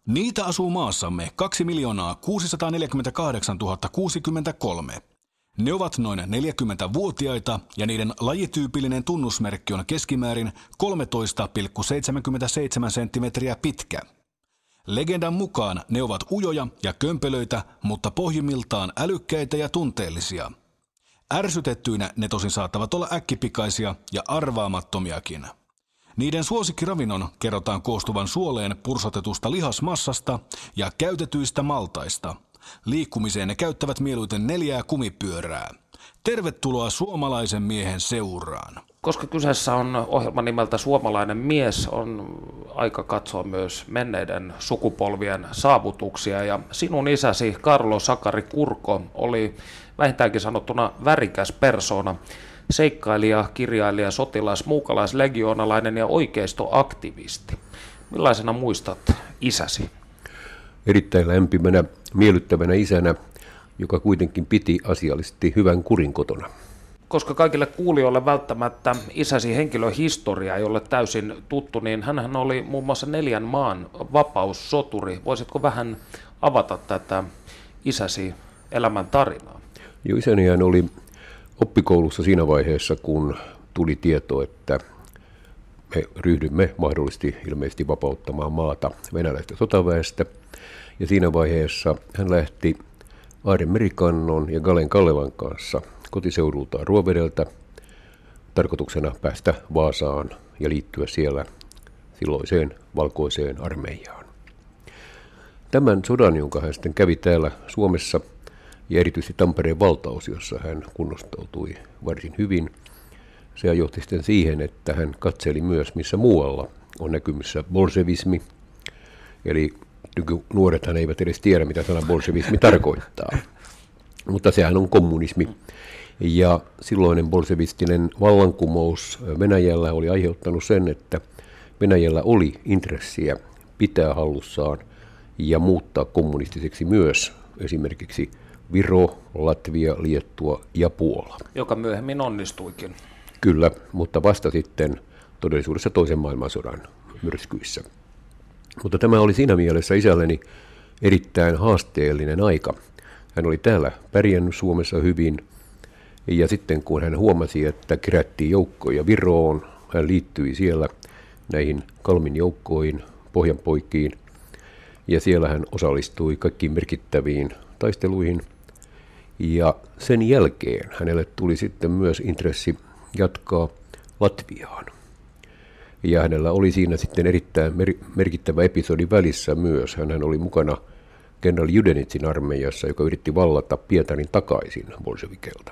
Niitä asuu maassamme 2 648 063. Ne ovat noin 40-vuotiaita ja niiden lajityypillinen tunnusmerkki on keskimäärin 13,77 senttimetriä pitkä. Legendan mukaan ne ovat ujoja ja kömpelöitä, mutta pohjimmiltaan älykkäitä ja tunteellisia. Ärsytettyinä ne tosin saattavat olla äkkipikaisia ja arvaamattomiakin. Niiden suosikkiravinnon kerrotaan koostuvan suoleen pursotetusta lihasmassasta ja käytetyistä maltaista. Liikkumiseen ne käyttävät mieluiten 4 kumipyörää. Tervetuloa suomalaisen miehen seuraan. Koska kyseessä on ohjelma nimeltä Suomalainen mies, on aika katsoa myös menneiden sukupolvien saavutuksia. Ja sinun isäsi Carlo Sakari Kurko oli vähintäänkin sanottuna värikäs persoona. Seikkailija, kirjailija, sotilas, muukalaislegioonalainen ja oikeistoaktivisti. Millaisena muistat isäsi? Erittäin lämpimänä, miellyttävänä isänä, joka kuitenkin piti asiallisesti hyvän kurin kotona. Koska kaikille kuulijoille välttämättä isäsi henkilöhistoria ei ole täysin tuttu, niin hänhän oli muun muassa 4 maan vapaussoturi. Voisitko vähän avata tätä isäsi elämän tarinaa? Jo isäni hän oli oppikoulussa siinä vaiheessa, kun tuli tieto, että me ryhdymme mahdollisesti ilmeisesti vapauttamaan maata venäläistä sotaväestä. Ja siinä vaiheessa hän lähti Aaren Merikannon ja Galen Kallevan kanssa kotiseudultaan Ruovedeltä tarkoituksena päästä Vaasaan ja liittyä siellä silloiseen valkoiseen armeijaan. Tämän sodan, jonka hän sitten kävi täällä Suomessa ja erityisesti Tampereen valtaosiossa hän kunnostautui varsin hyvin, se johti sitten siihen, että hän katseli myös, missä muualla on näkymissä bolsevismi, eli nuorethan eivät edes tiedä, mitä sana bolsevismi tarkoittaa, mutta sehän on kommunismi. Ja silloinen bolsevistinen vallankumous Venäjällä oli aiheuttanut sen, että Venäjällä oli intressiä pitää hallussaan ja muuttaa kommunistiseksi myös esimerkiksi Viro, Latvia, Liettua ja Puola. Joka myöhemmin onnistuikin. Kyllä, mutta vasta sitten todellisuudessa toisen maailmansodan myrskyissä. Mutta tämä oli siinä mielessä isälleni erittäin haasteellinen aika. Hän oli täällä pärjännyt Suomessa hyvin, ja sitten kun hän huomasi, että kerättiin joukkoja Viroon, hän liittyi siellä näihin Kalmin joukkoihin, Pohjanpoikiin, ja siellä hän osallistui kaikkiin merkittäviin taisteluihin. Ja sen jälkeen hänelle tuli sitten myös intressi jatkaa Latviaan. Ja hänellä oli siinä sitten erittäin merkittävä episodi välissä myös. Hän oli mukana kenraali Judenitsin armeijassa, joka yritti vallata Pietarin takaisin bolshevikelta.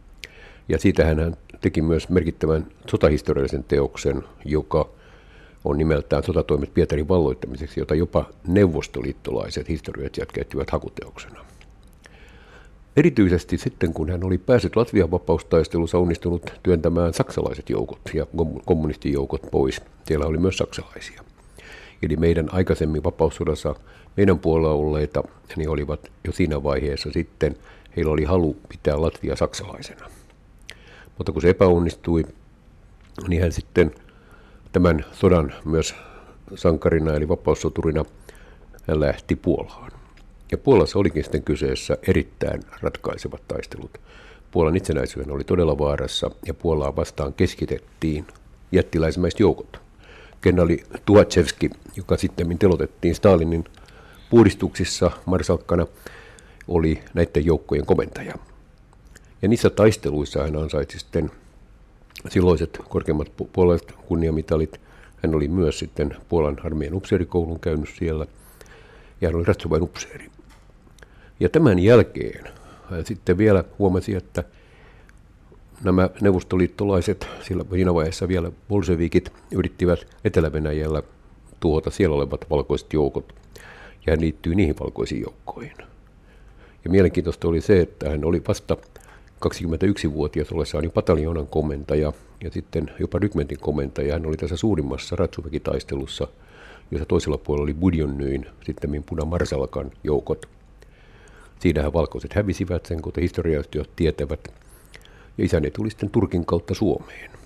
Ja siitä hän teki myös merkittävän sotahistoriallisen teoksen, joka on nimeltään Sotatoimet Pietarin valloittamiseksi, jota jopa neuvostoliittolaiset historioitsijat käyttivät hakuteoksena. Erityisesti sitten, kun hän oli päässyt Latvian vapaustaistelussa onnistunut työntämään saksalaiset joukot ja kommunistijoukot pois, siellä oli myös saksalaisia. Eli meidän aikaisemmin vapaussodassa meidän puolella olleita, niin olivat jo siinä vaiheessa sitten, heillä oli halu pitää Latvia saksalaisena. Mutta kun se epäonnistui, niin hän sitten tämän sodan myös sankarina eli vapaussoturina hän lähti Puolaan. Ja Puolassa olikin sitten kyseessä erittäin ratkaisevat taistelut. Puolan itsenäisyyden oli todella vaarassa ja Puolaa vastaan keskitettiin jättiläismäiset joukot. Kenraali Tuhachevski, joka sitten telotettiin Stalinin puhdistuksissa marsalkkana, oli näiden joukkojen komentaja. Ja niissä taisteluissa hän ansaitsi sitten silloiset korkeimmat puolalaiset kunniamitalit. Hän oli myös sitten Puolan armeijan upseerikoulun käynyt siellä ja hän oli ratsuvain upseeri. Ja tämän jälkeen hän sitten vielä huomasi, että nämä neuvostoliittolaiset, siinä vaiheessa vielä bolshevikit, yrittivät Etelä-Venäjällä tuhota siellä olevat valkoiset joukot, ja hän liittyi niihin valkoisiin joukkoihin. Ja mielenkiintoista oli se, että hän oli vasta 21-vuotias ollessaan jo pataljoonan komentaja ja sitten jopa rykmentin komentaja. Hän oli tässä suurimmassa Ratsuveki-taistelussa, jossa toisella puolella oli Budjonnyin, sitten Puna-Marsalkan joukot. Siinähän valkoiset hävisivät sen, kuten historiayhtiöt tietävät. Ja isäni tuli sitten Turkin kautta Suomeen.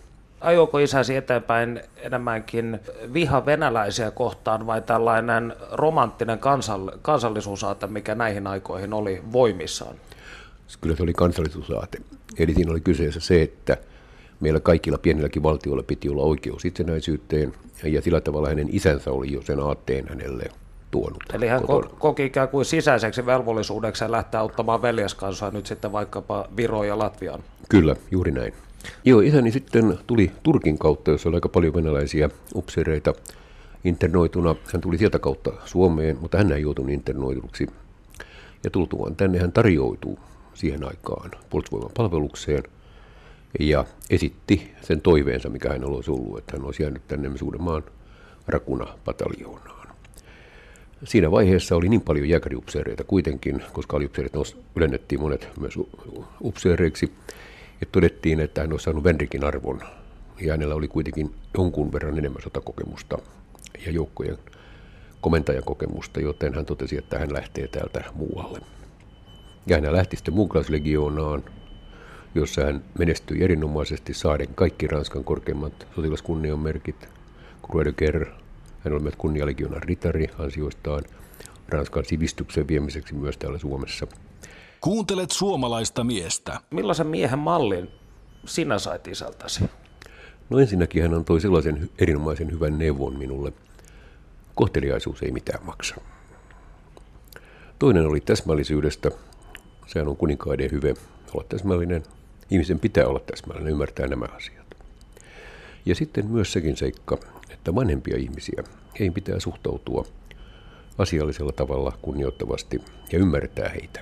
Ajoiko isäsi eteenpäin enemmänkin viha venäläisiä kohtaan vai tällainen romanttinen kansallisuusaate, mikä näihin aikoihin oli voimissaan? Kyllä se oli kansallisuusaate. Eli siinä oli kyseessä se, että meillä kaikilla pienilläkin valtioilla piti olla oikeus itsenäisyyteen, ja sillä tavalla hänen isänsä oli jo sen aatteen hänelle tuonut. Eli hän koki ikään kuin sisäiseksi velvollisuudeksi lähteä auttamaan veljeskansaa nyt sitten vaikkapa Viroon ja Latviaan. Kyllä, juuri näin. Joo, isäni sitten tuli Turkin kautta, jossa oli aika paljon venäläisiä upseereita internoituna. Hän tuli sieltä kautta Suomeen, mutta hän ei joutunut internoiduksi. Ja tultuaan tänne hän tarjoutui siihen aikaan puolustusvoiman palvelukseen ja esitti sen toiveensa, mikä hän olisi ollut, että hän olisi jäänyt tänne Uudenmaan Rakuna-pataljoonaan. Siinä vaiheessa oli niin paljon jääkäriupseereita kuitenkin, koska aliupseerit ylennettiin monet myös upseereiksi, että todettiin, että hän olisi saanut Venrikin arvon, ja hänellä oli kuitenkin jonkun verran enemmän sotakokemusta ja joukkojen komentajan kokemusta, joten hän totesi, että hän lähtee täältä muualle. Ja hän lähti sitten muukalaislegioonaan, jossa hän menestyi erinomaisesti saaden kaikki Ranskan korkeimmat sotilaskunnianmerkit, Croix de Guerre. Hän oli myös kunnialegionan ritari ansioistaan Ranskan sivistyksen viemiseksi myös täällä Suomessa. Kuuntelet suomalaista miestä. Millaisen miehen mallin sinä sait isältäsi? No ensinnäkin hän antoi sellaisen erinomaisen hyvän neuvon minulle. Kohteliaisuus ei mitään maksa. Toinen oli täsmällisyydestä. Sehän on kuninkaiden hyve olla täsmällinen. Ihmisen pitää olla täsmällinen, ymmärtää nämä asiat. Ja sitten myös sekin seikka, että vanhempia ihmisiä ei pitää suhtautua asiallisella tavalla kunnioittavasti ja ymmärtää heitä,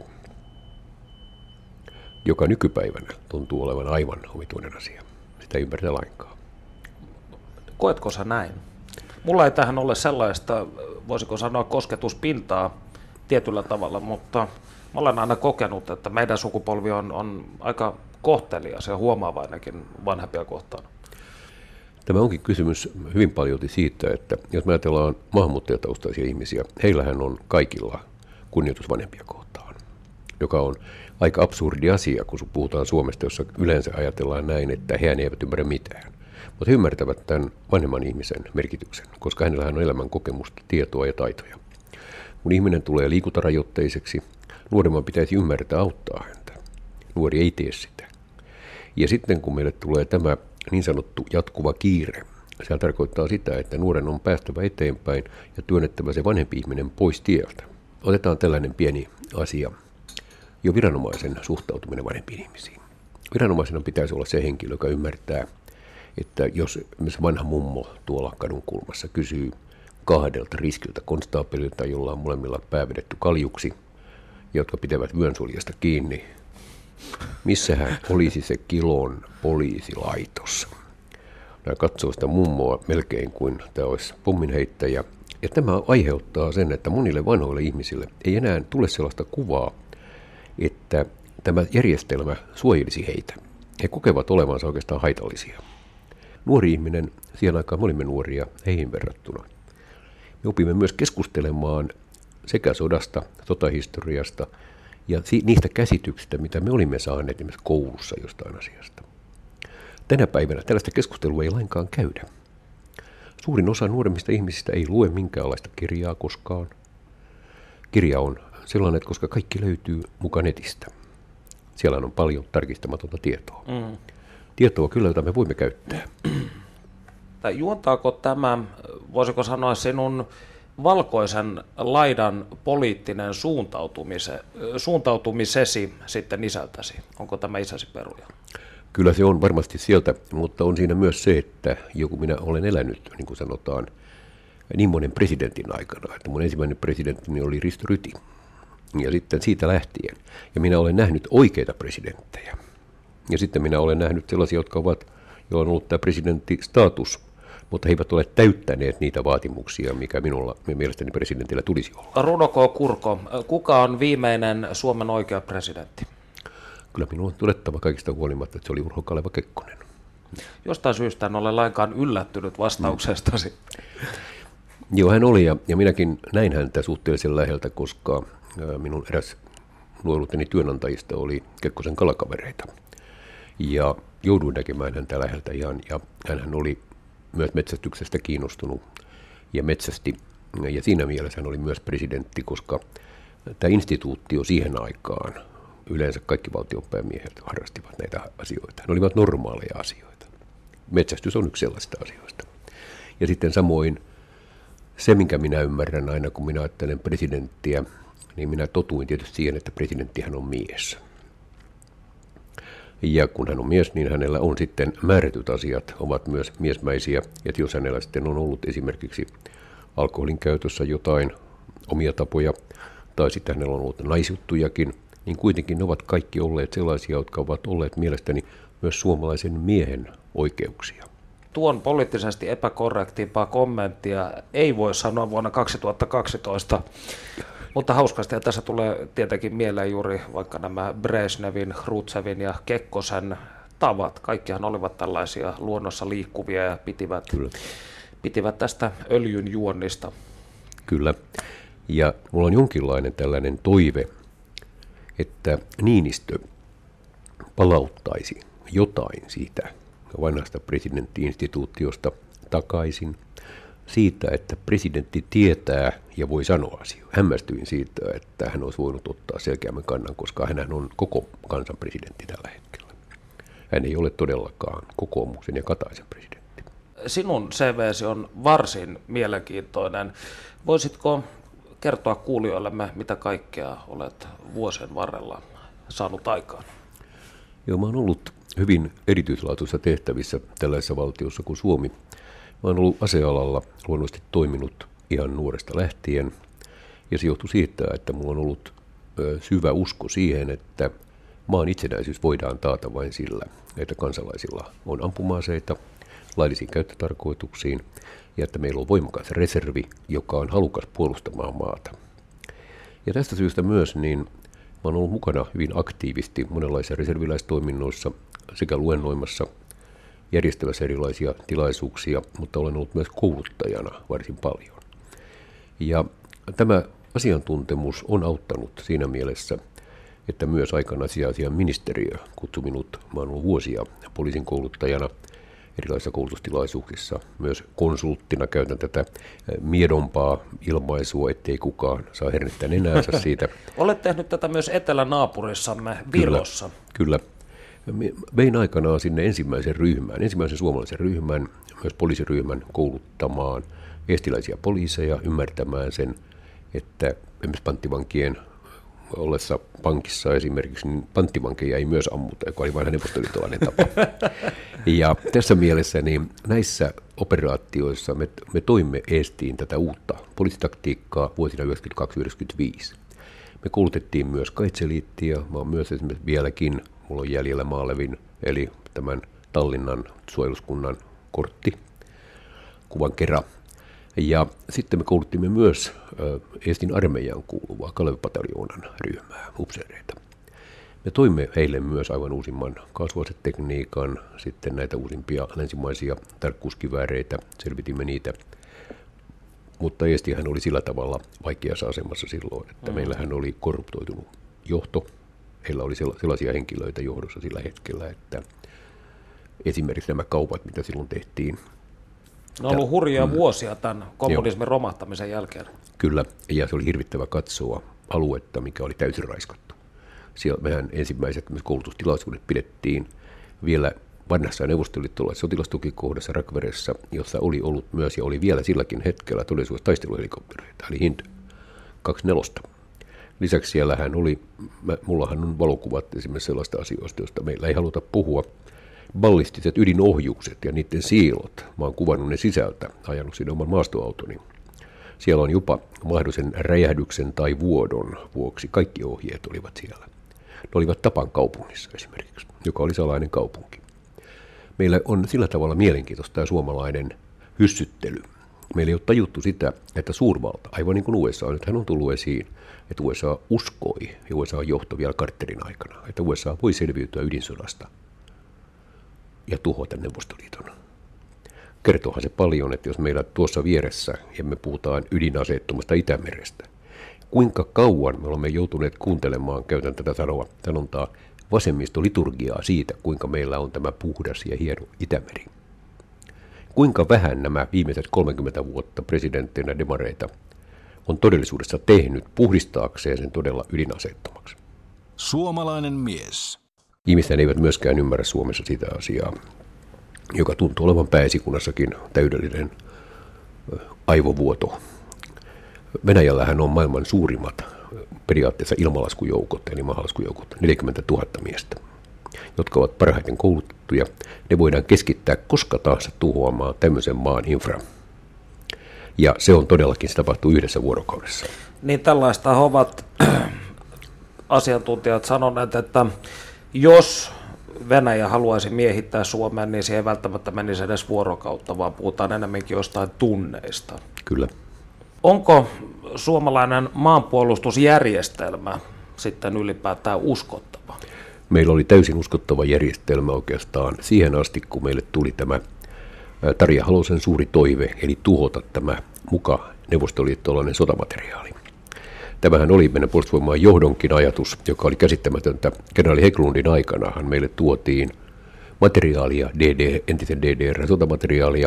joka nykypäivänä tuntuu olevan aivan omituinen asia. Sitä ei ymmärrä lainkaan. Koetko sä näin? Mulla ei tähän ole sellaista, voisiko sanoa, kosketuspintaa tietyllä tavalla, mutta mä olen aina kokenut, että meidän sukupolvi on aika kohtelias ja huomaavainenkin vanhempia kohtaan. Tämä onkin kysymys hyvin paljolti siitä, että jos me ajatellaan maahanmuuttajataustaisia ihmisiä, heillähän on kaikilla kunnioitus vanhempia kohtaan, joka on aika absurdi asia, kun puhutaan Suomesta, jossa yleensä ajatellaan näin, että he eivät ymmärrä mitään. Mutta he ymmärtävät tämän vanhemman ihmisen merkityksen, koska hänellähän on elämän kokemusta, tietoa ja taitoja. Kun ihminen tulee liikuntarajoitteiseksi, nuoremman pitäisi ymmärtää auttaa häntä. Nuori ei tee sitä. Ja sitten kun meille tulee tämä niin sanottu jatkuva kiire, se tarkoittaa sitä, että nuoren on päästävä eteenpäin ja työnnettävä se vanhempi ihminen pois tieltä. Otetaan tällainen pieni asia. Jo viranomaisen suhtautuminen vanhempiin ihmisiin. Viranomaisena pitäisi olla se henkilö, joka ymmärtää, että jos vanha mummo tuolla kadun kulmassa kysyy kahdelta riskiltä konstaapelilta, jolla on molemmilla pää vedetty kaljuksi, jotka pitävät vyönsuljasta kiinni, missähän olisi se Kilon poliisilaitos. Nämä katsoo sitä mummoa melkein kuin tämä olisi pomminheittäjä. Ja tämä aiheuttaa sen, että monille vanhoille ihmisille ei enää tule sellaista kuvaa, että tämä järjestelmä suojelisi heitä. He kokevat olevansa oikeastaan haitallisia. Nuori ihminen, siihen aikaan me olimme nuoria heihin verrattuna. Me opimme myös keskustelemaan sekä sodasta, sotahistoriasta ja niistä käsityksistä, mitä me olimme saaneet esimerkiksi koulussa jostain asiasta. Tänä päivänä tällaista keskustelua ei lainkaan käydä. Suurin osa nuoremmista ihmisistä ei lue minkäänlaista kirjaa koskaan. Kirja on sellainen, että koska kaikki löytyy mukaan netistä. Siellä on paljon tarkistamatonta tietoa. Tietoa kyllä, jota me voimme käyttää. Tai juontaako tämä, voisiko sanoa, sinun valkoisen laidan poliittinen suuntautumisesi sitten isältäsi? Onko tämä isäsi peruja? Kyllä se on varmasti sieltä, mutta on siinä myös se, että joku minä olen elänyt, niin kuin sanotaan, niin monen presidentin aikana. Että mun ensimmäinen presidentti oli Risto Ryti. Ja sitten siitä lähtien. Ja minä olen nähnyt oikeita presidenttejä. Ja sitten minä olen nähnyt sellaisia, joilla on ollut tämä presidenttistatus, mutta he eivät ole täyttäneet niitä vaatimuksia, mikä minulla mielestäni presidentillä tulisi olla. Runo K. Kurko, kuka on viimeinen Suomen oikea presidentti? Kyllä minun on todettava kaikista huolimatta, että se oli Urho Kaleva Kekkonen. Jostain syystä en ole lainkaan yllättynyt vastauksestasi. Joo, hän oli ja minäkin näin häntä suhteellisen läheltä, koska minun eräs nuoruuteni työnantajista oli Kekkosen kalakavereita. Ja jouduin näkemään häntä läheltä ihan, ja hänhän oli myös metsästyksestä kiinnostunut ja metsästi, ja siinä mielessä hän oli myös presidentti, koska tämä instituutio siihen aikaan, yleensä kaikki valtionpäämiehet harrastivat näitä asioita. Ne olivat normaaleja asioita. Metsästys on yksi sellaisista asioista. Ja sitten samoin se, minkä minä ymmärrän aina, kun minä ajattelen presidenttiä, niin minä totuin tietysti siihen, että presidenttihän on mies. Ja kun hän on mies, niin hänellä on sitten määrätyt asiat, ovat myös miesmäisiä. Ja jos hänellä sitten on ollut esimerkiksi alkoholin käytössä jotain omia tapoja, tai sitten hänellä on ollut naisjuttujakin, niin kuitenkin ne ovat kaikki olleet sellaisia, jotka ovat olleet mielestäni myös suomalaisen miehen oikeuksia. Tuon poliittisesti epäkorrektimpaa kommenttia ei voi sanoa vuonna 2012, mutta hauskasti, ja tässä tulee tietenkin mieleen juuri vaikka nämä Brezhnevin, Hrustsevin ja Kekkosen tavat. Kaikkihan olivat tällaisia luonnossa liikkuvia ja pitivät tästä öljyn juonnista. Kyllä, ja mulla on jonkinlainen tällainen toive, että Niinistö palauttaisi jotain siitä vanhasta presidentti-instituutiosta takaisin, siitä, että presidentti tietää ja voi sanoa asioita. Hämmästyin siitä, että hän olisi voinut ottaa selkeämmän kannan, koska hän on koko kansan presidentti tällä hetkellä. Hän ei ole todellakaan kokoomuksen ja Kataisen presidentti. Sinun CV:si on varsin mielenkiintoinen. Voisitko kertoa kuulijoillemme, mitä kaikkea olet vuosien varrella saanut aikaan? Joo, mä oon ollut hyvin erityislaatuisissa tehtävissä tällaisessa valtiossa kuin Suomi. Mä oon ollut asealalla luonnollisesti toiminut ihan nuoresta lähtien, ja se johtui siitä, että mulla on ollut syvä usko siihen, että maan itsenäisyys voidaan taata vain sillä, että kansalaisilla on ampuma-aseita laillisiin käyttötarkoituksiin, ja että meillä on voimakas reservi, joka on halukas puolustamaan maata. Ja tästä syystä myös niin mä oon ollut mukana hyvin aktiivisesti monenlaisissa reserviläistoiminnoissa sekä luennoimassa, järjestävässä erilaisia tilaisuuksia, mutta olen ollut myös kouluttajana varsin paljon. Ja tämä asiantuntemus on auttanut siinä mielessä, että myös aikanaan sisäasiain ministeriö kutsui minut, mä olen ollut vuosia poliisin kouluttajana erilaisissa koulutustilaisuuksissa, myös konsulttina käytän tätä miedompaa ilmaisua, ettei kukaan saa hernettä nenäänsä siitä. Olet tehnyt tätä myös etelänaapurissamme Virossa. Kyllä. Vein aikanaan sinne ensimmäisen suomalaisen ryhmän, myös poliisiryhmän kouluttamaan estiläisiä poliiseja ymmärtämään sen, että esimerkiksi panttivankien ollessa pankissa esimerkiksi, niin panttivankeja ei myös ammuta, joka oli vain neuvostoliittolainen tapa. Ja tässä mielessä niin näissä operaatioissa me toimme Eestiin tätä uutta poliisitaktiikkaa vuosina 1992-1995. Me koulutettiin myös kaitseliittiä, mä oon myös esimerkiksi vieläkin, mulla on jäljellä Maalevin, eli tämän Tallinnan suojeluskunnan kortti, kuvan kera. Ja sitten me kouluttimme myös Eestin armeijaan kuuluvaa Kalevi-pataljoonan ryhmää, upseereita. Me toimme heille myös aivan uusimman kaasuasetekniikan, sitten näitä uusimpia länsimaisia tarkkuuskivääreitä, selvitimme niitä. Mutta Eestihän oli sillä tavalla vaikeassa asemassa silloin, että meillähän oli korruptoitunut johto. Heillä oli sellaisia henkilöitä johdossa sillä hetkellä, että esimerkiksi nämä kaupat, mitä silloin tehtiin. Ne on ollut hurjia vuosia tämän kommunismin romahtamisen jälkeen. Kyllä, ja se oli hirvittävä katsoa aluetta, mikä oli täysin raiskattu. Siellä mehän ensimmäiset koulutustilaisuudet pidettiin vielä vanhassa neuvostoliittolaisessa sotilastukikohdassa Rakveressä, jossa oli ollut myös ja oli vielä silläkin hetkellä todellisuudessa taisteluhelikoptereita, eli Hind 24. Lisäksi siellähän oli, mullahan on valokuvat esimerkiksi sellaista asioista, joista meillä ei haluta puhua, ballistiset ydinohjukset ja niiden siilot. Mä oon kuvannut ne sisältä, ajanut sinne oman maastoautoni. Siellä on jopa mahdollisen räjähdyksen tai vuodon vuoksi kaikki ohjeet olivat siellä. Ne olivat Tapan kaupungissa esimerkiksi, joka oli salainen kaupunki. Meillä on sillä tavalla mielenkiintoista tämä suomalainen hyssyttely. Meillä ei ole tajuttu sitä, että suurvalta, aivan niin kuin USA, nythän on tullut esiin, että USA uskoi, ja USA johto vielä Carterin aikana, että USA voi selviytyä ydinsodasta ja tuhota Neuvostoliiton. Kertoohan se paljon, että jos meillä tuossa vieressä, ja me puhutaan ydinaseettomasta Itämerestä, kuinka kauan me olemme joutuneet kuuntelemaan, käytän tätä sanontaa, vasemmistoliturgiaa siitä, kuinka meillä on tämä puhdas ja hieno Itämeri. Kuinka vähän nämä viimeiset 30 vuotta presidentteinä demareita on todellisuudessa tehnyt puhdistaakseen sen todella ydinaseettomaksi. Suomalainen mies. Ihmiset eivät myöskään ymmärrä Suomessa sitä asiaa, joka tuntuu olevan Pääesikunnassakin täydellinen aivovuoto. Venäjällähän on maailman suurimmat periaatteessa ilmalaskujoukot, eli maalaskujoukot, 40 000 miestä, jotka ovat parhaiten koulutettuja. Ne voidaan keskittää koska tahansa tuhoamaan tämmöisen maan infra. Ja se on todellakin, se tapahtuu yhdessä vuorokaudessa. Niin tällaista ovat asiantuntijat sanoneet, että jos Venäjä haluaisi miehittää Suomen, niin se ei välttämättä menisi edes vuorokautta, vaan puhutaan enemmänkin jostain tunneista. Kyllä. Onko suomalainen maanpuolustusjärjestelmä sitten ylipäätään uskottava? Meillä oli täysin uskottava järjestelmä oikeastaan siihen asti, kun meille tuli tämä Tarja Halosen suuri toive, eli tuhota tämä muka neuvostoliittolainen sotamateriaali. Tämähän oli meidän puolustusvoimaan johdonkin ajatus, joka oli käsittämätöntä. Kenraali Hägglundin aikanahan meille tuotiin materiaalia, entisen DDR-sotamateriaalia,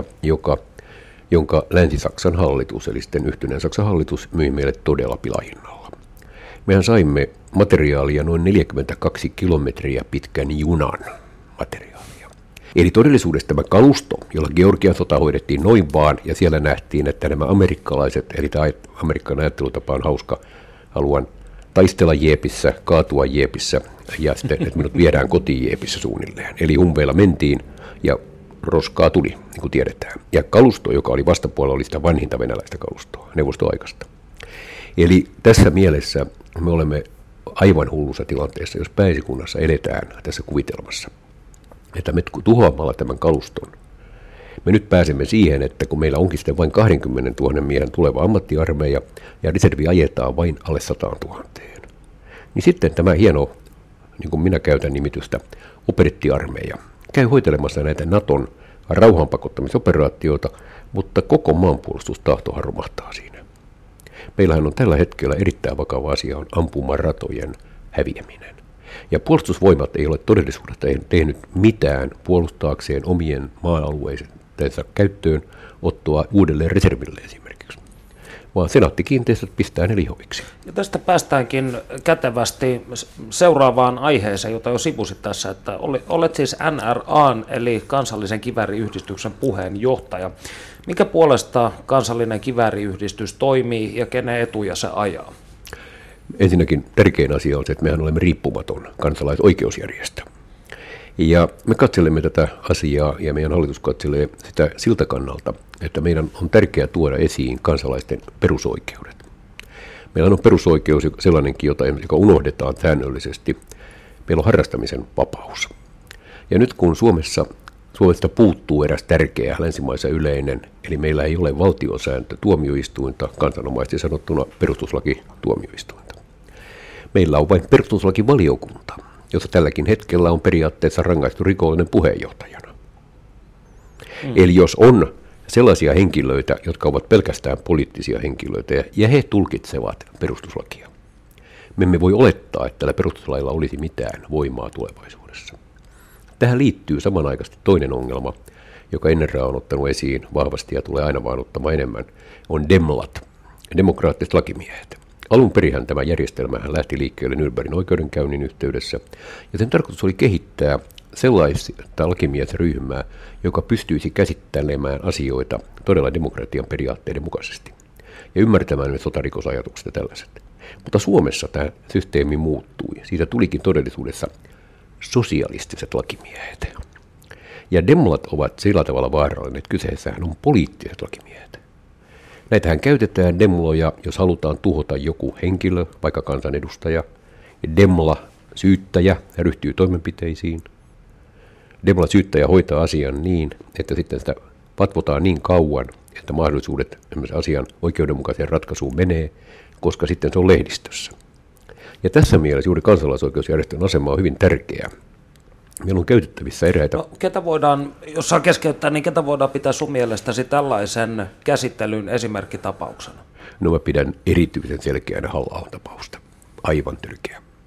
jonka Länsi-Saksan hallitus, eli sitten yhtenäinen Saksan hallitus, myi meille todella pilahinnalla. Mehän saimme materiaalia noin 42 kilometriä pitkän junan materiaalia. Eli todellisuudessa tämä kalusto, jolla Georgian sota hoidettiin noin vaan, ja siellä nähtiin, että nämä amerikkalaiset, eli tämä amerikkalainen ajattelutapa on hauska, haluan taistella jeepissä, kaatua jeepissä, ja sitten, että minut viedään kotiin jeepissä suunnilleen. Eli humveilla mentiin, ja roskaa tuli, niin kuin tiedetään. Ja kalusto, joka oli vastapuolella, oli sitä vanhinta venäläistä kalustoa, neuvostoaikasta. Eli tässä mielessä me olemme aivan hullussa tilanteessa, jos Pääesikunnassa eletään tässä kuvitelmassa, että me tuhoamalla tämän kaluston, me nyt pääsemme siihen, että kun meillä onkin sitten vain 20 000 miehen tuleva ammattiarmeija ja reservi ajetaan vain alle 100 000, niin sitten tämä hieno, niin kuin minä käytän nimitystä, operettiarmeija käy hoitelemassa näitä Naton rauhanpakottamisoperaatioita, mutta koko maanpuolustustahtohan romahtaa siinä. Meillähän on tällä hetkellä erittäin vakava asia on ampumaratojen häviäminen. Ja puolustusvoimat ei ole todellisuudessa tehnyt mitään puolustaakseen omien maa-alueidensa käyttöön ottoa uudelleen reserville esimerkiksi, vaan Senaatti-kiinteistöt pistää ne lihoviksi. Ja tästä päästäänkin kätevästi seuraavaan aiheeseen, jota jo sivusit tässä, että olet siis NRA:n eli Kansallisen kivääriyhdistyksen puheenjohtaja. Mikä puolesta Kansallinen kivääriyhdistys toimii ja kenen etuja se ajaa? Ensinnäkin tärkein asia on se, että mehän olemme riippumaton kansalaisoikeusjärjestö. Ja me katselemme tätä asiaa ja meidän hallitus katselee sitä siltä kannalta, että meidän on tärkeää tuoda esiin kansalaisten perusoikeudet. Meillä on perusoikeus sellainenkin, joka unohdetaan säännöllisesti. Meillä on harrastamisen vapaus. Ja nyt kun Suomesta puuttuu eräs tärkeä länsimaissa yleinen, eli meillä ei ole valtiosääntö tuomioistuinta, kansanomaisesti sanottuna perustuslakituomioistuinta. Meillä on vain perustuslakivaliokunta, jossa tälläkin hetkellä on periaatteessa rangaistu rikollinen puheenjohtajana. Eli jos on sellaisia henkilöitä, jotka ovat pelkästään poliittisia henkilöitä, ja he tulkitsevat perustuslakia, me emme voi olettaa, että tällä perustuslailla olisi mitään voimaa tulevaisuudessa. Tähän liittyy samanaikaisesti toinen ongelma, joka NRA on ottanut esiin vahvasti ja tulee aina vaan ottamaan enemmän, on demlat, demokraattiset lakimiehet. Alun perihän tämä järjestelmähän lähti liikkeelle Nürnbergin oikeudenkäynnin yhteydessä, ja sen tarkoitus oli kehittää sellaista lakimiesryhmää, joka pystyisi käsittelemään asioita todella demokratian periaatteiden mukaisesti ja ymmärtämään myös sotarikosajatukset ja tällaiset. Mutta Suomessa tämä systeemi muuttui. Siitä tulikin todellisuudessa sosialistiset lakimiehet. Ja demlat ovat sillä tavalla vaarallinen, että kyseessähän on poliittiset lakimiehet. Näitähän käytetään demloja, jos halutaan tuhota joku henkilö, vaikka kansanedustaja. Demla syyttäjä ryhtyy toimenpiteisiin. Demla syyttäjä hoitaa asian niin, että sitten sitä vatvotaan niin kauan, että mahdollisuudet asian oikeudenmukaiseen ratkaisuun menee, koska sitten se on lehdistössä. Ja tässä mielessä juuri kansalaisoikeusjärjestön asema on hyvin tärkeä. Meillä on käytettävissä eräitä. No, ketä voidaan, jos saa keskeyttää, niin ketä voidaan pitää sun mielestäsi tällaisen käsittelyn esimerkkitapauksena? No mä pidän erityisen selkeänä Halla-ahon tapausta. Aivan törkeä.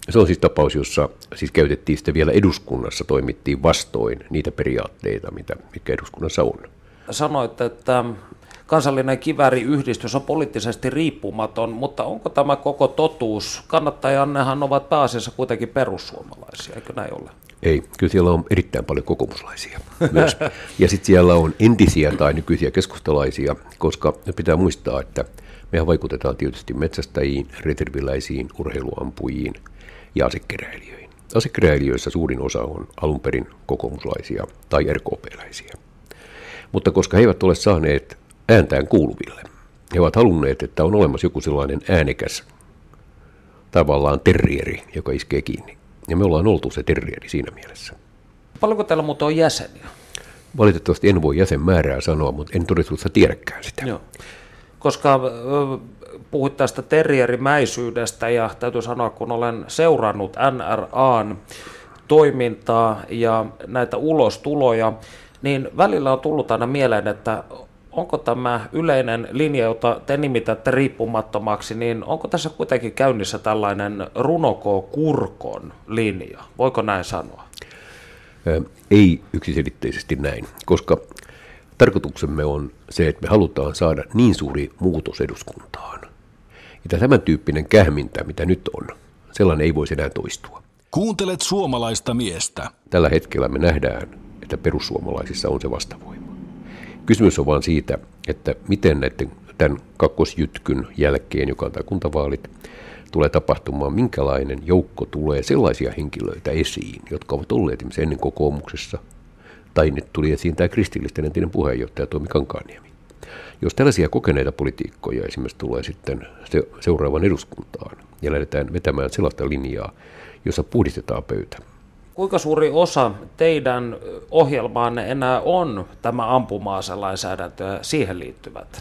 Se on siis tapaus, jossa siis käytettiin sitten vielä eduskunnassa, toimittiin vastoin niitä periaatteita, mitkä eduskunnassa on. Sanoit, että kansallinen kivääriyhdistys on poliittisesti riippumaton, mutta onko tämä koko totuus? Kannattajannehan ovat pääasiassa kuitenkin perussuomalaisia, eikö näin ole? Ei, kyllä siellä on erittäin paljon kokoomuslaisia myös. Ja sitten siellä on entisiä tai nykyisiä keskustalaisia, koska pitää muistaa, että mehän vaikutetaan tietysti metsästäjiin, reserviläisiin, urheiluampujiin ja asekeräilijöihin. Asekeräilijöissä suurin osa on alun perin kokoomuslaisia tai RKP-läisiä. Mutta koska he eivät ole saaneet ääntään kuuluville, he ovat halunneet, että on olemassa joku sellainen äänekäs, tavallaan terrieri, joka iskee kiinni. Ja me ollaan oltu se terrieri siinä mielessä. Paljonko teillä muuten on jäseniä? Valitettavasti en voi jäsenmäärää sanoa, mutta en todellisuudessa tiedäkään sitä. Joo. Koska puhuit tästä terrierimäisyydestä ja täytyy sanoa, kun olen seurannut NRAn toimintaa ja näitä ulostuloja, niin välillä on tullut aina mieleen, että onko tämä yleinen linja, jota te nimitätte riippumattomaksi, niin onko tässä kuitenkin käynnissä tällainen Runo K. Kurkon linja? Voiko näin sanoa? Ei yksiselitteisesti näin, koska tarkoituksemme on se, että me halutaan saada niin suuri muutos eduskuntaan, että tämän tyyppinen kähmintä, mitä nyt on, sellainen ei voisi enää toistua. Kuuntelet suomalaista miestä. Tällä hetkellä me nähdään, että perussuomalaisissa on se vastavoima. Kysymys on vaan siitä, että miten tämän kakkosjytkyn jälkeen, joka on tämä kuntavaalit, tulee tapahtumaan, minkälainen joukko tulee sellaisia henkilöitä esiin, jotka ovat olleet esimerkiksi ennen kokoomuksessa, tai nyt tuli esiin tämä kristillisten entinen puheenjohtaja Toimi Kankaanniemi. Jos tällaisia kokeneita politiikkoja esimerkiksi tulee sitten seuraavan eduskuntaan ja lähdetään vetämään sellaista linjaa, jossa puhdistetaan pöytä. Kuinka suuri osa teidän ohjelmaanne enää on tämä ampuma-aselainsäädäntö ja siihen liittyvät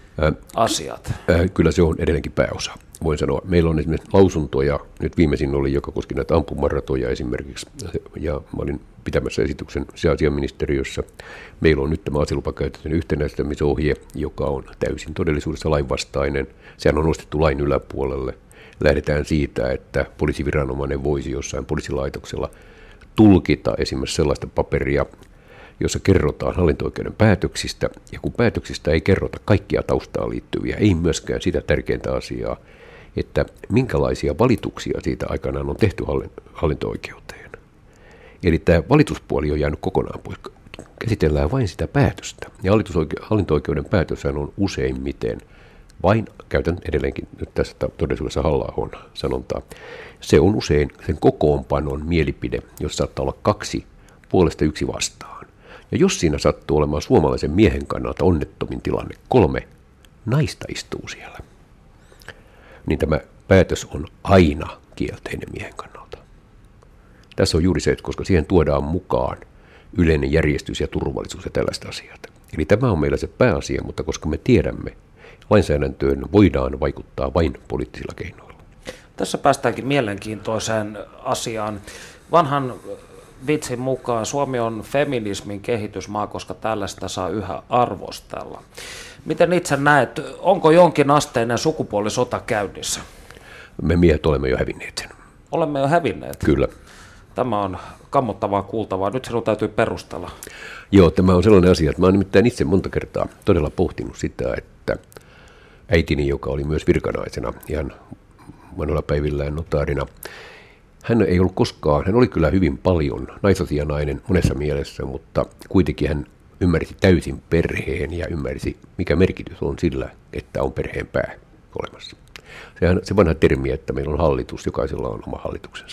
asiat? Kyllä se on edelleenkin pääosa, voin sanoa. Meillä on esimerkiksi lausuntoja, nyt viimeisin oli, joka koski näitä ampumaratoja esimerkiksi, ja mä olin pitämässä esityksen sisäasiaministeriössä. Meillä on nyt tämä aselupakäytäntöjen yhtenäistämisohje, joka on täysin todellisuudessa lainvastainen. Sehän on nostettu lain yläpuolelle. Lähdetään siitä, että poliisiviranomainen voisi jossain poliisilaitoksella tulkita esimerkiksi sellaista paperia, jossa kerrotaan hallinto-oikeuden päätöksistä, ja kun päätöksistä ei kerrota kaikkia taustaan liittyviä, ei myöskään sitä tärkeintä asiaa, että minkälaisia valituksia siitä aikanaan on tehty hallinto-oikeuteen. Eli tämä valituspuoli on jäänyt kokonaan pois. Käsitellään vain sitä päätöstä, ja hallinto-oikeuden päätöshän on useimmiten vain, käytän edelleenkin nyt tässä todellisuudessa Halla-ahon sanontaa, se on usein sen kokoonpanon mielipide, jossa saattaa olla 2 puolesta 1 vastaan. Ja jos siinä sattuu olemaan suomalaisen miehen kannalta onnettomin tilanne, 3 naista istuu siellä, niin tämä päätös on aina kielteinen miehen kannalta. Tässä on juuri se, että koska siihen tuodaan mukaan yleinen järjestys ja turvallisuus ja tällaiset asiat. Eli tämä on meillä se pääasia, mutta koska me tiedämme, lainsäädäntöön voidaan vaikuttaa vain poliittisilla keinoilla. Tässä päästäänkin mielenkiintoiseen asiaan. Vanhan vitsin mukaan Suomi on feminismin kehitysmaa, koska tällaista saa yhä arvostella. Miten itse näet, onko jonkin asteinen sukupuolisota käynnissä? Me miehet olemme jo hävinneet sen. Olemme jo hävinneet? Kyllä. Tämä on kammottavaa kuultavaa. Nyt sinun täytyy perustella. Joo, tämä on sellainen asia, että mä olen nimittäin itse monta kertaa todella pohtinut sitä, että äitini, joka oli myös virkanaisena ihan vanhoilla päivillään notaarina, hän ei ollut koskaan, hän oli kyllä hyvin paljon naisasianainen monessa mielessä, mutta kuitenkin hän ymmärsi täysin perheen ja ymmärsi, mikä merkitys on sillä, että on perheen pää olemassa. Se vanha termi, että meillä on hallitus, jokaisella on oma hallituksensa.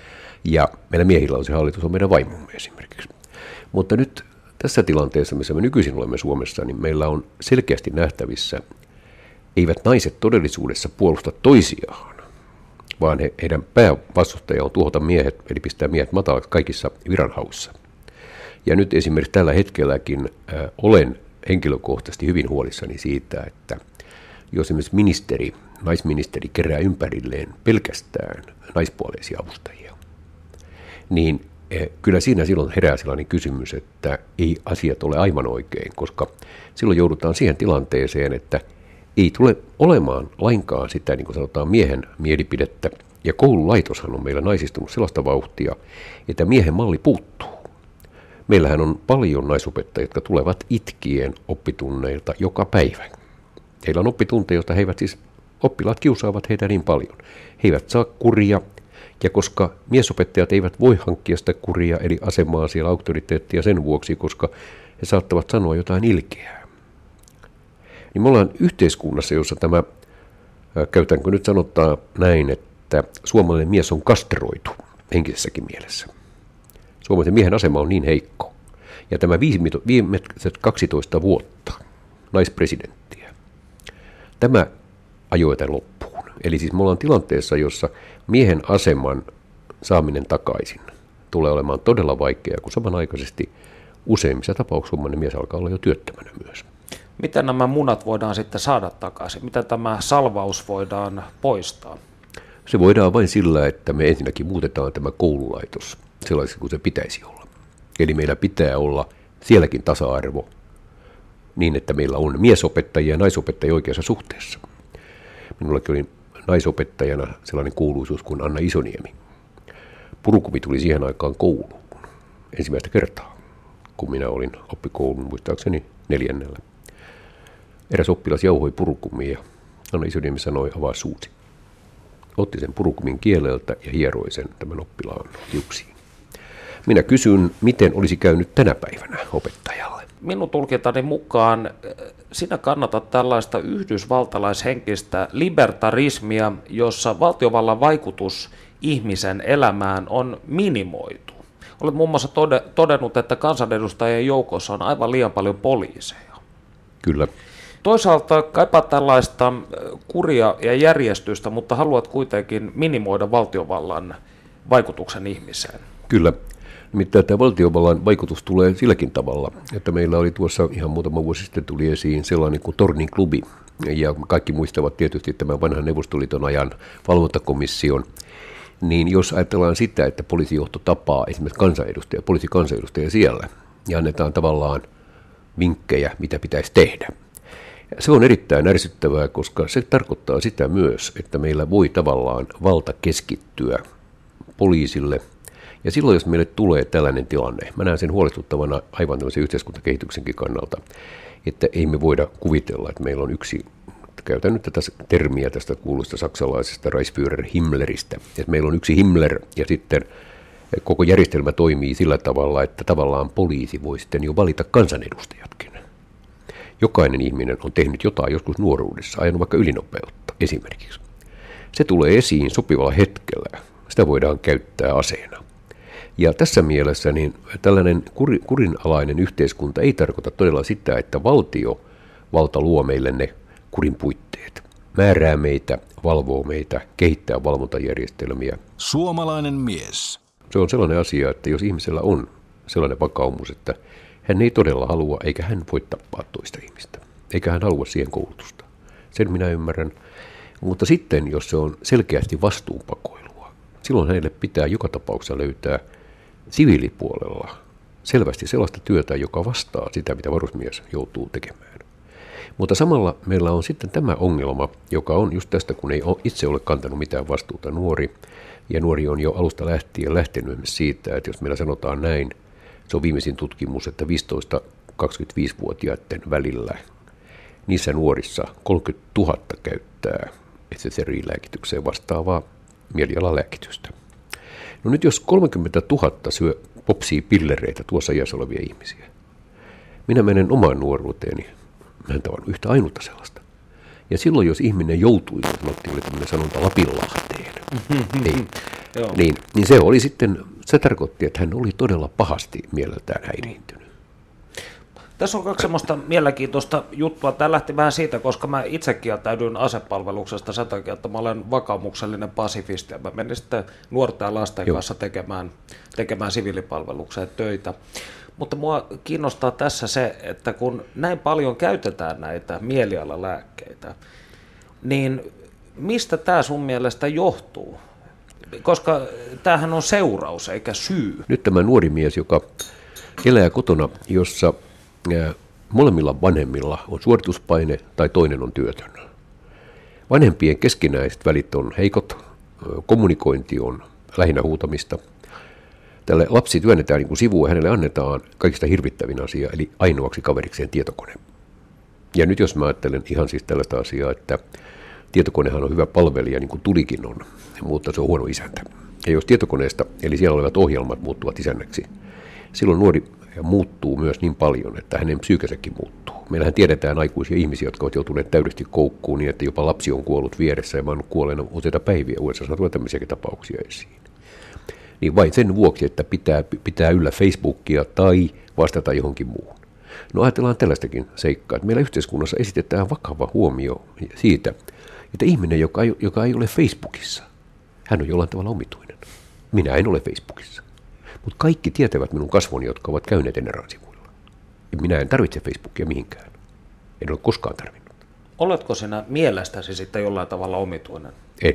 Ja meillä miehillä on se hallitus, on meidän vaimomme esimerkiksi. Mutta nyt tässä tilanteessa, missä me nykyisin olemme Suomessa, niin meillä on selkeästi nähtävissä, eivät naiset todellisuudessa puolusta toisiaan, vaan heidän päävastustaja on tuhota miehet, eli pistää miehet matalaksi kaikissa viranhauissa. Ja nyt esimerkiksi tällä hetkelläkin olen henkilökohtaisesti hyvin huolissani siitä, että jos esimerkiksi naisministeri kerää ympärilleen pelkästään naispuoleisia avustajia, niin kyllä siinä silloin herää sellainen kysymys, että ei asiat ole aivan oikein, koska silloin joudutaan siihen tilanteeseen, että ei tule olemaan lainkaan sitä, niin kuin sanotaan, miehen mielipidettä, Ja koululaitoshan on meillä naisistunut sellaista vauhtia, että miehen malli puuttuu. Meillähän on paljon naisopettajia, jotka tulevat itkien oppitunneilta joka päivä. Heillä on oppitunteja, joista oppilaat kiusaavat heitä niin paljon. He eivät saa kuria, ja koska miesopettajat eivät voi hankkia sitä kuria, eli asemaa siellä auktoriteettia sen vuoksi, koska he saattavat sanoa jotain ilkeää. Niin me ollaan yhteiskunnassa, jossa tämä, käytänkö nyt sanotaan näin, että suomalainen mies on kastroitu henkisessäkin mielessä. Suomalaisen miehen asema on niin heikko. Ja tämä viimeiset 12 vuotta naispresidenttiä, tämä ajoi tämän loppuun. Eli siis me ollaan tilanteessa, jossa miehen aseman saaminen takaisin tulee olemaan todella vaikeaa, kun samanaikaisesti useimmissa tapauksissa suomalainen mies alkaa olla jo työttömänä myös. Miten nämä munat voidaan sitten saada takaisin? Miten tämä salvaus voidaan poistaa? Se voidaan vain sillä, että me ensinnäkin muutetaan tämä koululaitos sellaiseksi kuin se pitäisi olla. Eli meillä pitää olla sielläkin tasa-arvo niin, että meillä on miesopettajia ja naisopettajia oikeassa suhteessa. Minullakin oli naisopettajana sellainen kuuluisuus kuin Anna Isoniemi. Purukumi tuli siihen aikaan kouluun ensimmäistä kertaa, kun minä olin oppikoulun muistaakseni 4. Eräs oppilas jauhoi purukumia ja Anna Isoniemi sanoi, avaa suusi. Otti sen purukumin kieleltä ja hieroi sen tämän oppilaan hiuksiin. Minä kysyn, miten olisi käynyt tänä päivänä opettajalle. Minun tulkintani mukaan sinä kannatat tällaista yhdysvaltalaishenkistä libertarismia, jossa valtiovallan vaikutus ihmisen elämään on minimoitu. Olet muun muassa todennut, että kansanedustajien joukossa on aivan liian paljon poliiseja. Kyllä. Toisaalta kaipaat tällaista kuria ja järjestystä, mutta haluat kuitenkin minimoida valtiovallan vaikutuksen ihmiseen. Kyllä. Nimittäin tämä valtiovallan vaikutus tulee silläkin tavalla, että meillä oli tuossa ihan muutama vuosi sitten tuli esiin sellainen kuin Tornin klubi. Ja kaikki muistavat tietysti tämän vanhan Neuvostoliiton ajan valvontakomission. Niin jos ajatellaan sitä, että poliisijohto tapaa esimerkiksi poliisikansanedustajia siellä ja annetaan tavallaan vinkkejä, mitä pitäisi tehdä. Se on erittäin ärsyttävää, koska se tarkoittaa sitä myös, että meillä voi tavallaan valta keskittyä poliisille. Ja silloin, jos meille tulee tällainen tilanne, mä näen sen huolestuttavana aivan tämmöisen yhteiskuntakehityksenkin kannalta, että ei me voida kuvitella, että meillä on yksi, käytän nyt tätä termiä tästä kuuluista saksalaisesta Reichsführer Himmleristä, että meillä on yksi Himmler ja sitten koko järjestelmä toimii sillä tavalla, että tavallaan poliisi voi sitten jo valita kansanedustajatkin. Jokainen ihminen on tehnyt jotain joskus nuoruudessa, ajanut vaikka ylinopeutta esimerkiksi. Se tulee esiin sopivalla hetkellä, sitä voidaan käyttää aseena. Ja tässä mielessä niin tällainen kurinalainen yhteiskunta ei tarkoita todella sitä, että valtiovalta luo meille ne kurin puitteet. Määrää meitä, valvoo meitä, kehittää valvontajärjestelmiä. Suomalainen mies. Se on sellainen asia, että jos ihmisellä on sellainen vakaumus, että hän ei todella halua, eikä hän voi tappaa toista ihmistä, eikä hän halua siihen koulutusta. Sen minä ymmärrän. Mutta sitten, jos se on selkeästi vastuunpakoilua, silloin hänelle pitää joka tapauksessa löytää siviilipuolella selvästi sellaista työtä, joka vastaa sitä, mitä varusmies joutuu tekemään. Mutta samalla meillä on sitten tämä ongelma, joka on just tästä, kun ei itse ole kantanut mitään vastuuta nuori, ja nuori on jo alusta lähtien lähtenyt siitä, että jos meillä sanotaan näin, se on viimeisin tutkimus, että 15-25-vuotiaiden välillä niissä nuorissa 30 000 käyttää SSRI-lääkitykseen vastaavaa mielialalääkitystä. No nyt jos 30 000 popsii pillereitä tuossa iässä olevia ihmisiä, minä menen omaan nuoruuteeni, mä en tavannut yhtä ainutta sellaista. Ja silloin jos ihminen joutui, sanottiin, oli tämmöinen sanonta Lapinlahteen, niin se oli sitten, se tarkoitti, että hän oli todella pahasti mieleltään häiriintynyt. Tässä on kaksi semmoista mielenkiintoista juttua. Tämä lähti vähän siitä, koska mä itse kieltäydyin asepalveluksesta sen takia, että mä olen vakaumuksellinen pasifisti ja mä menin sitten nuorten ja lasten kanssa tekemään siviilipalvelukseen töitä. Mutta mua kiinnostaa tässä se, että kun näin paljon käytetään näitä mielialalääkkeitä, niin mistä tämä sun mielestä johtuu? Koska tämähän on seuraus eikä syy. Nyt tämä nuori mies, joka elää kotona, jossa molemmilla vanhemmilla on suorituspaine tai toinen on työtön. Vanhempien keskinäiset välit on heikot kommunikointi on lähinnä huutamista. Tälle lapsi työnnetään niin kuin sivuun ja hänelle annetaan kaikista hirvittävin asia, eli ainoaksi kaverikseen tietokone. Ja nyt jos mä ajattelen ihan siis tällaista asiaa, että tietokonehan on hyvä palvelija, niin kuin tulikin on, mutta se on huono isäntä. Ja jos tietokoneesta, eli siellä olevat ohjelmat muuttuvat isännäksi, silloin nuori muuttuu myös niin paljon, että hänen psyykensäkin muuttuu. Meillähän tiedetään aikuisia ihmisiä, jotka ovat joutuneet täydesti koukkuun niin, että jopa lapsi on kuollut vieressä ja vaan kuolleena useita päiviä. USA:ssa tulee tämmöisiäkin tapauksia esiin. Niin vain sen vuoksi, että pitää yllä Facebookia tai vastata johonkin muuhun. No ajatellaan tällaistakin seikkaa, että meillä yhteiskunnassa esitetään vakava huomio siitä, että ihminen, joka ei ole Facebookissa, hän on jollain tavalla omituinen. Minä en ole Facebookissa. Mutta kaikki tietävät minun kasvoni, jotka ovat käyneet Eneran sivuilla. Ja minä en tarvitse Facebookia mihinkään. En ole koskaan tarvinnut. Oletko sinä mielestäsi sitten jollain tavalla omituinen? En.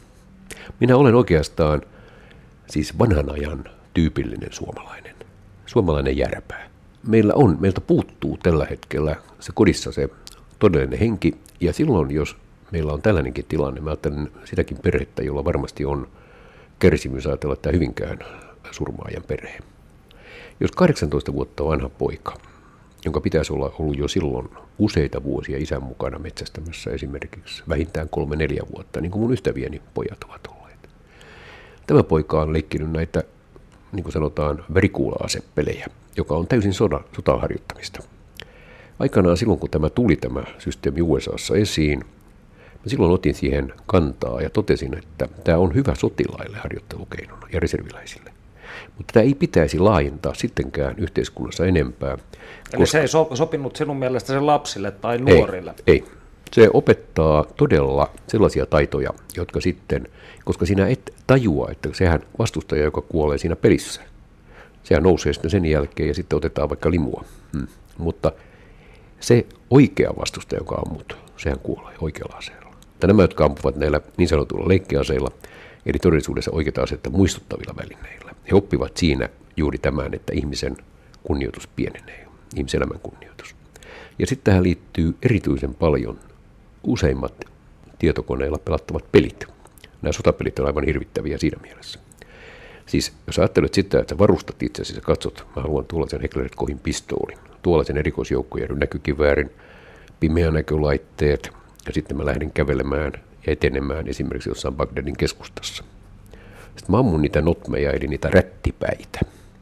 Minä olen oikeastaan siis vanhan ajan tyypillinen suomalainen. Suomalainen järpää. Meiltä puuttuu tällä hetkellä se kodissa se todellinen henki. Ja silloin, jos meillä on tällainenkin tilanne, mä ajattelen sitäkin perhettä, jolla varmasti on kärsimys ajatella tämä Hyvinkään surmaajan perhe. Jos 18 vuotta vanha poika, jonka pitäisi olla ollut jo silloin useita vuosia isän mukana metsästämässä esimerkiksi vähintään 3-4 vuotta, niin kuin mun ystävieni pojat ovat olleet. Tämä poika on leikkinyt näitä, niin kuin sanotaan, verikuula-asepelejä, joka on täysin sotaharjoittamista. Aikanaan silloin, kun tämä systeemi USAssa esiin, mä silloin otin siihen kantaa ja totesin, että tämä on hyvä sotilaille harjoittelukeinona ja reserviläisille. Mutta tämä ei pitäisi laajentaa sittenkään yhteiskunnassa enempää. Eli se ei sopinut sinun mielestä sen lapsille tai nuorille? Ei. Se opettaa todella sellaisia taitoja, jotka sitten, koska sinä et tajua, että sehän vastustaja, joka kuolee siinä pelissä, sehän nousee sitten sen jälkeen ja sitten otetaan vaikka limua. Mutta se oikea vastustaja, joka ammut, sehän kuolee oikealla aseella. Tai nämä, jotka ampuvat näillä niin sanotuilla leikkiaseilla, eli todellisuudessa oikeita asetta muistuttavilla välineillä. He oppivat siinä juuri tämän, että ihmisen kunnioitus pienenee, ihmiselämän kunnioitus. Ja sitten tähän liittyy erityisen paljon useimmat tietokoneilla pelattavat pelit. Nämä sotapelit ovat aivan hirvittäviä siinä mielessä. Siis jos ajattelet sitä, että varustat itsesi ja katsot, mä haluan tuollaisen Heckler-Kochin pistoolin, tuollaisen erikoisjoukkojen näkykiväärin, pimeän näkölaitteet, ja sitten mä lähden kävelemään ja etenemään esimerkiksi jossain Bagdadin keskustassa. Sitten mä ammun niitä notmeja, eli niitä rättipäitä.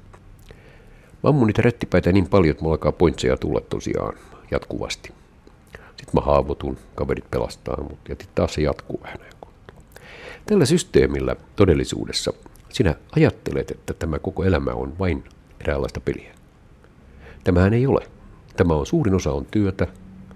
Mä ammun niitä rättipäitä niin paljon, että mulla alkaa pointseja tulla tosiaan jatkuvasti. Sitten mä haavoitun, kaverit pelastaa mut, ja taas se jatkuu vähän. Tällä systeemillä todellisuudessa sinä ajattelet, että tämä koko elämä on vain eräänlaista peliä. Tämähän ei ole. Suurin osa on työtä,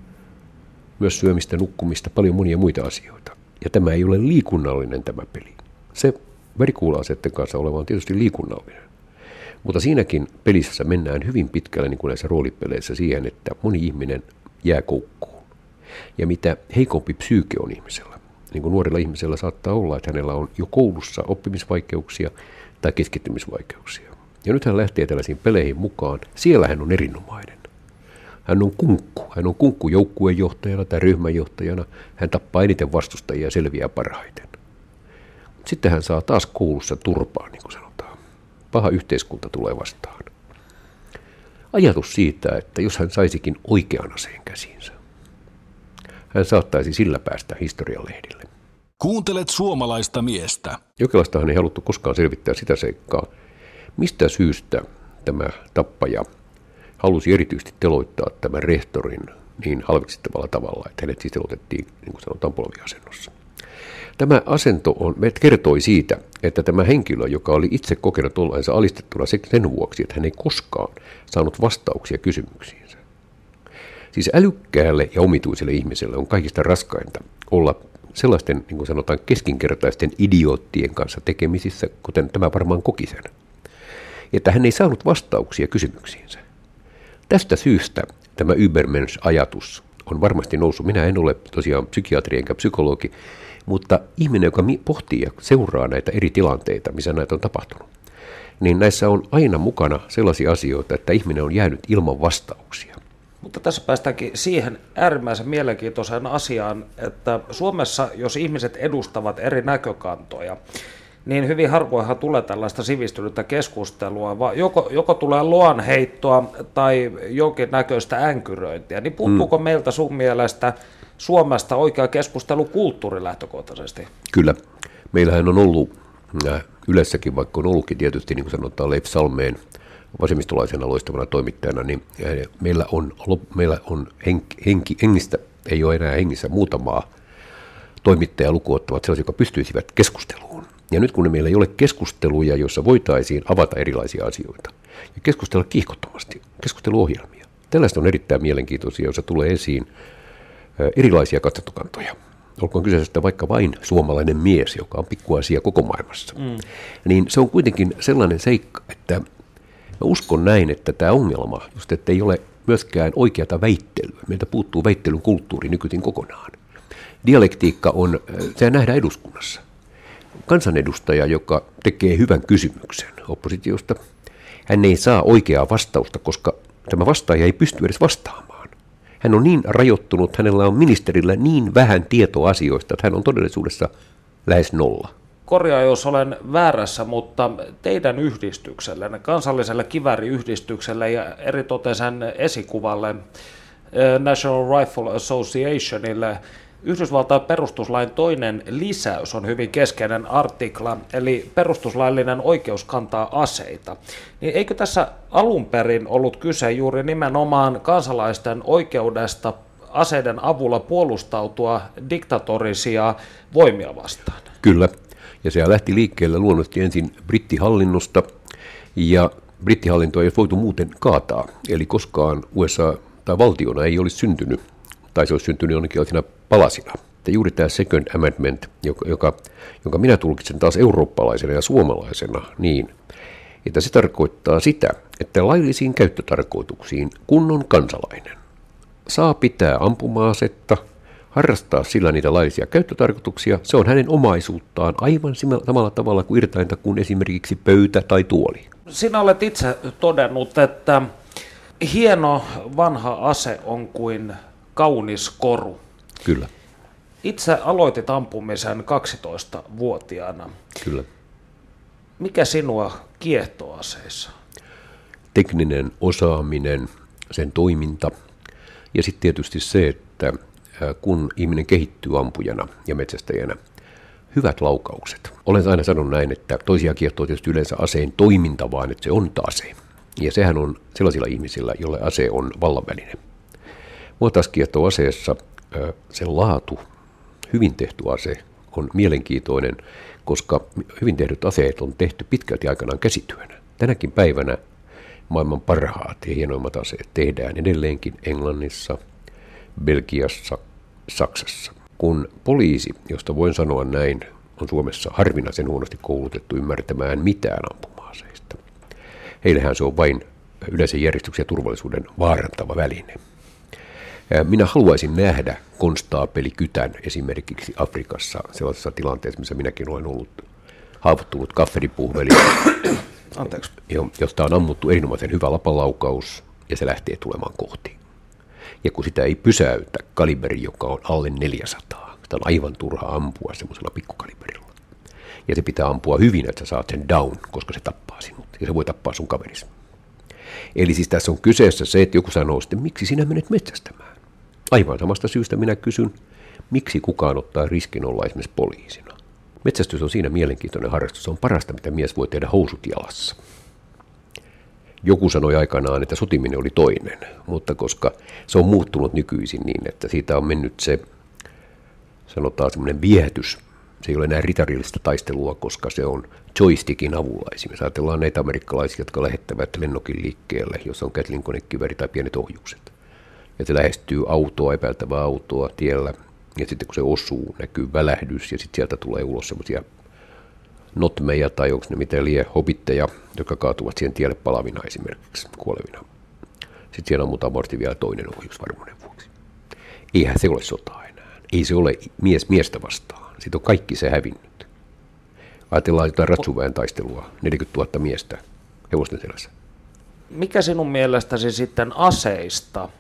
myös syömistä, nukkumista, paljon monia muita asioita. Ja tämä ei ole liikunnallinen tämä peli. Se verikuula-aseiden kanssa oleva on tietysti liikunnallinen. Mutta siinäkin pelissä mennään hyvin pitkälle, niin kuin näissä roolipeleissä, siihen, että moni ihminen jää koukkuun. Ja mitä heikompi psyyke on ihmisellä, niin kuin nuorella ihmisellä saattaa olla, että hänellä on jo koulussa oppimisvaikeuksia tai keskittymisvaikeuksia. Ja nyt hän lähtee tällaisiin peleihin mukaan. Siellä hän on erinomainen. Hän on kunkku joukkueenjohtajana tai ryhmänjohtajana. Hän tappaa eniten vastustajia ja selviää parhaiten. Sitten hän saa taas koulussa turpaa, niin kuin sanotaan. Paha yhteiskunta tulee vastaan. Ajatus siitä, että jos hän saisikin oikean aseen käsiinsä, hän saattaisi sillä päästä historian lehdille. Kuuntelet suomalaista miestä. Jokelastahan ei haluttu koskaan selvittää sitä seikkaa, mistä syystä tämä tappaja halusi erityisesti teloittaa tämän rehtorin niin halveksittavalla tavalla, että hänet siis teloitettiin, niin kuin sanotaan, polviasennossa. Tämä asento kertoi siitä, että tämä henkilö, joka oli itse kokenut olleensa alistettuna sen vuoksi, että hän ei koskaan saanut vastauksia kysymyksiinsä. Siis älykkäälle ja omituiselle ihmiselle on kaikista raskainta olla sellaisten, niin kuin sanotaan, keskinkertaisten idioottien kanssa tekemisissä, kuten tämä varmaan koki sen. Että hän ei saanut vastauksia kysymyksiinsä. Tästä syystä tämä Übermensch-ajatus on varmasti noussut. Minä en ole tosiaan psykiatri enkä psykologi, mutta ihminen, joka pohtii ja seuraa näitä eri tilanteita, missä näitä on tapahtunut, niin näissä on aina mukana sellaisia asioita, että ihminen on jäänyt ilman vastauksia. Mutta tässä päästäänkin siihen äärimmäisen mielenkiintoiseen asiaan, että Suomessa, jos ihmiset edustavat eri näkökantoja, niin hyvin harvoinhan tulee tällaista sivistynyttä keskustelua, vaan joko tulee loanheittoa tai jonkinnäköistä änkyröintiä. Niin puuttuuko meiltä sun mielestä Suomesta oikea keskustelu kulttuurilähtökohtaisesti? Kyllä. Meillähän on ollut Ylessäkin, vaikka on ollutkin tietysti, niin kuin sanotaan, Leif Salmeen vasemmistolaisena loistavana toimittajana, niin meillä on hengistä, ei ole enää hengissä muutamaa toimittajaa lukuun ottavat sellaisia, jotka pystyisivät keskusteluun. Ja nyt kun meillä ei ole keskusteluja, joissa voitaisiin avata erilaisia asioita ja keskustella kiihkottomasti, keskusteluohjelmia. Tällaista on erittäin mielenkiintoisia, joissa tulee esiin erilaisia katsotukantoja. Olkoon kyseessä vaikka vain suomalainen mies, joka on pikkuasia koko maailmassa. Niin se on kuitenkin sellainen seikka, että mä uskon näin, että tämä ongelma, just että ei ole myöskään oikeata väittelyä. Meiltä puuttuu väittelyn kulttuuri nykyisin kokonaan. Dialektiikka on, se nähdään eduskunnassa. Kansanedustaja, joka tekee hyvän kysymyksen oppositiosta, hän ei saa oikeaa vastausta, koska tämä vastaaja ei pysty edes vastaamaan. Hän on niin rajoittunut, hänellä on ministerillä niin vähän tietoa asioista, että hän on todellisuudessa lähes nolla. Korjaa, jos olen väärässä, mutta teidän yhdistykselle, kansalliselle kivääriyhdistykselle ja eritoten sen esikuvalle National Rifle Associationille Yhdysvaltain perustuslain toinen lisäys on hyvin keskeinen artikla, eli perustuslaillinen oikeus kantaa aseita. Niin eikö tässä alun perin ollut kyse juuri nimenomaan kansalaisten oikeudesta aseiden avulla puolustautua diktatorisia voimia vastaan? Kyllä, ja se lähti liikkeelle luonnollisesti ensin brittihallinnosta, ja brittihallintoa ei olisi voitu muuten kaataa, eli koskaan USA tai valtiona ei olisi syntynyt, tai se olisi syntynyt jonnekin palasina. Ja juuri tämä Second Amendment, jonka minä tulkitsen taas eurooppalaisena ja suomalaisena niin, että se tarkoittaa sitä, että laillisiin käyttötarkoituksiin kunnon kansalainen saa pitää ampuma-asetta, harrastaa sillä niitä laillisia käyttötarkoituksia, se on hänen omaisuuttaan aivan samalla tavalla kuin irtainta kuin esimerkiksi pöytä tai tuoli. Sinä olet itse todennut, että hieno vanha ase on kuin kaunis koru. Kyllä. Itse aloitit ampumisen 12-vuotiaana. Kyllä. Mikä sinua kiehtoo aseissa? Tekninen osaaminen, sen toiminta ja sitten tietysti se, että kun ihminen kehittyy ampujana ja metsästäjänä, hyvät laukaukset. Olen aina sanonut näin, että toisia kiehtoo tietysti yleensä aseen toiminta, vaan että se on ase. Ja sehän on sellaisilla ihmisillä, jolle ase on vallanväline. Mua taas kiehtoo aseessa sen laatu, hyvin tehty ase on mielenkiintoinen, koska hyvin tehdyt aseet on tehty pitkälti aikanaan käsityönä. Tänäkin päivänä maailman parhaat ja hienoimmat aseet tehdään edelleenkin Englannissa, Belgiassa, Saksassa. Kun poliisi, josta voin sanoa näin, on Suomessa harvinaisen huonosti koulutettu ymmärtämään mitään ampuma-aseista. Heillähän se on vain yleisen järjestyksen ja turvallisuuden vaarantava väline. Minä haluaisin nähdä konstaapelikytän esimerkiksi Afrikassa sellaisessa tilanteessa, missä minäkin olen ollut haavoittunut kafferipuhveli, josta on ammuttu erinomaisen hyvä lapalaukaus ja se lähtee tulemaan kohti. Ja kun sitä ei pysäytä kaliberi, joka on alle 400, sitä on aivan turha ampua semmoisella pikkukaliberilla. Ja se pitää ampua hyvin, että sä saat sen down, koska se tappaa sinut ja se voi tappaa sun kaverisi. Eli siis tässä on kyseessä se, että joku sanoo sitten, miksi sinä menet metsästämään? Aivan samasta syystä minä kysyn, miksi kukaan ottaa riskin olla esimerkiksi poliisina. Metsästys on siinä mielenkiintoinen harrastus, se on parasta, mitä mies voi tehdä housut jalassa. Joku sanoi aikanaan, että sotiminen oli toinen, mutta koska se on muuttunut nykyisin niin, että siitä on mennyt se, sanotaan semmoinen viehätys. Se ei ole enää ritarillista taistelua, koska se on joystickin avulla. Esimerkiksi ajatellaan näitä amerikkalaisia, jotka lähettävät lennokin liikkeelle, jos on Gatling-konekivääri tai pienet ohjukset. Ja se lähestyy autoa, epäiltävää autoa tiellä, ja sitten kun se osuu, näkyy välähdys, ja sitten sieltä tulee ulos semmoisia notmeja, tai onko ne mitä liian hobitteja, jotka kaatuvat siihen tielle palavina esimerkiksi, kuolevina. Sitten siellä ammutaan morti vielä toinen ohjus varmuuden vuoksi. Eihän se ole sotaa enää. Ei se ole mies miestä vastaan. Sitten on kaikki se hävinnyt. Ajatellaan jotain ratsuväen taistelua, 40 000 miestä hevosten selässä. Mikä sinun mielestäsi sitten aseista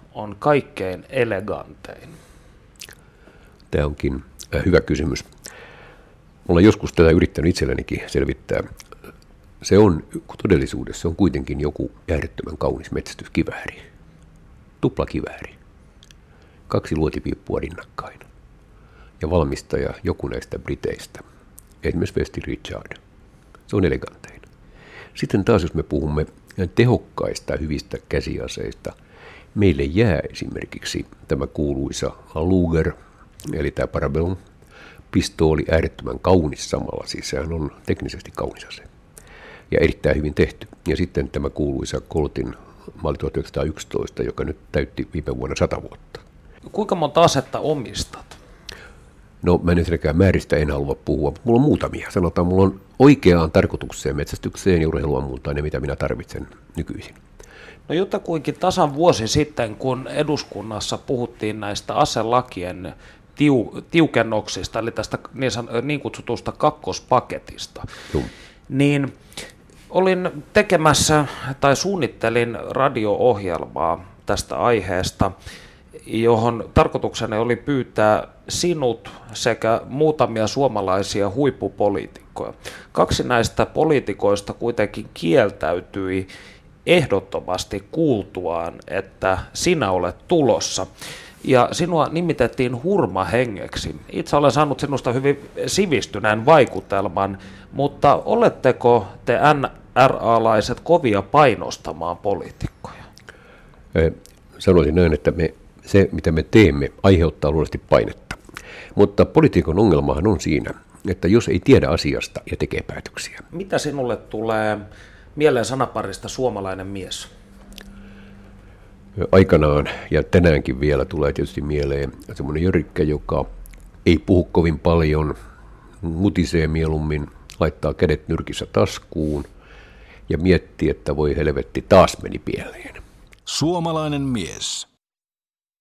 on kaikkein elegantein? Tämä onkin hyvä kysymys. Olen joskus tätä yrittänyt itsellenikin selvittää. Todellisuudessa se on kuitenkin joku äärettömän kaunis metsästyskivääri. Tuplakivääri. 2 luotipiippua rinnakkain. Ja valmistaja joku näistä briteistä. Esimerkiksi Westin Richard. Se on elegantein. Sitten taas jos me puhumme tehokkaista ja hyvistä käsiaseista, meille jää esimerkiksi tämä kuuluisa Luger, eli tämä Parabellum pistooli, äärettömän kaunis samalla, siis sehän on teknisesti kaunis ase ja erittäin hyvin tehty. Ja sitten tämä kuuluisa Coltin malli 1911, joka nyt täytti viime vuonna 100 vuotta. Kuinka monta asetta omistat? No mä en ensinnäkään määristä en halua puhua, mutta mulla on muutamia. Sanotaan, mulla on oikeaan tarkoitukseen, metsästykseen ja urheiluammuntaan ne, mitä minä tarvitsen nykyisin. No jotakuinkin tasan vuosi sitten, kun eduskunnassa puhuttiin näistä aselakien tiukennuksista, eli tästä niin kutsutusta kakkospaketista, niin olin tekemässä tai suunnittelin radio-ohjelmaa tästä aiheesta, johon tarkoituksena oli pyytää sinut sekä muutamia suomalaisia huippupoliitikkoja. 2 näistä poliitikoista kuitenkin kieltäytyi ehdottomasti kuultuaan, että sinä olet tulossa. Ja sinua nimitettiin hurmahengeksi. Itse olen saanut sinusta hyvin sivistyneen vaikutelman, mutta oletteko te NRA-laiset kovia painostamaan poliitikkoja? Sanoisin näin, että se mitä me teemme aiheuttaa luonnollisesti painetta. Mutta poliitikon ongelmahan on siinä, että jos ei tiedä asiasta ja tekee päätöksiä. Mitä sinulle tulee mieleen sanaparista suomalainen mies? Aikanaan ja tänäänkin vielä tulee tietysti mieleen semmoinen jörikkä, joka ei puhu kovin paljon, mutisee mieluummin, laittaa kädet nyrkissä taskuun ja miettii, että voi helvetti, taas meni pieleen. Suomalainen mies.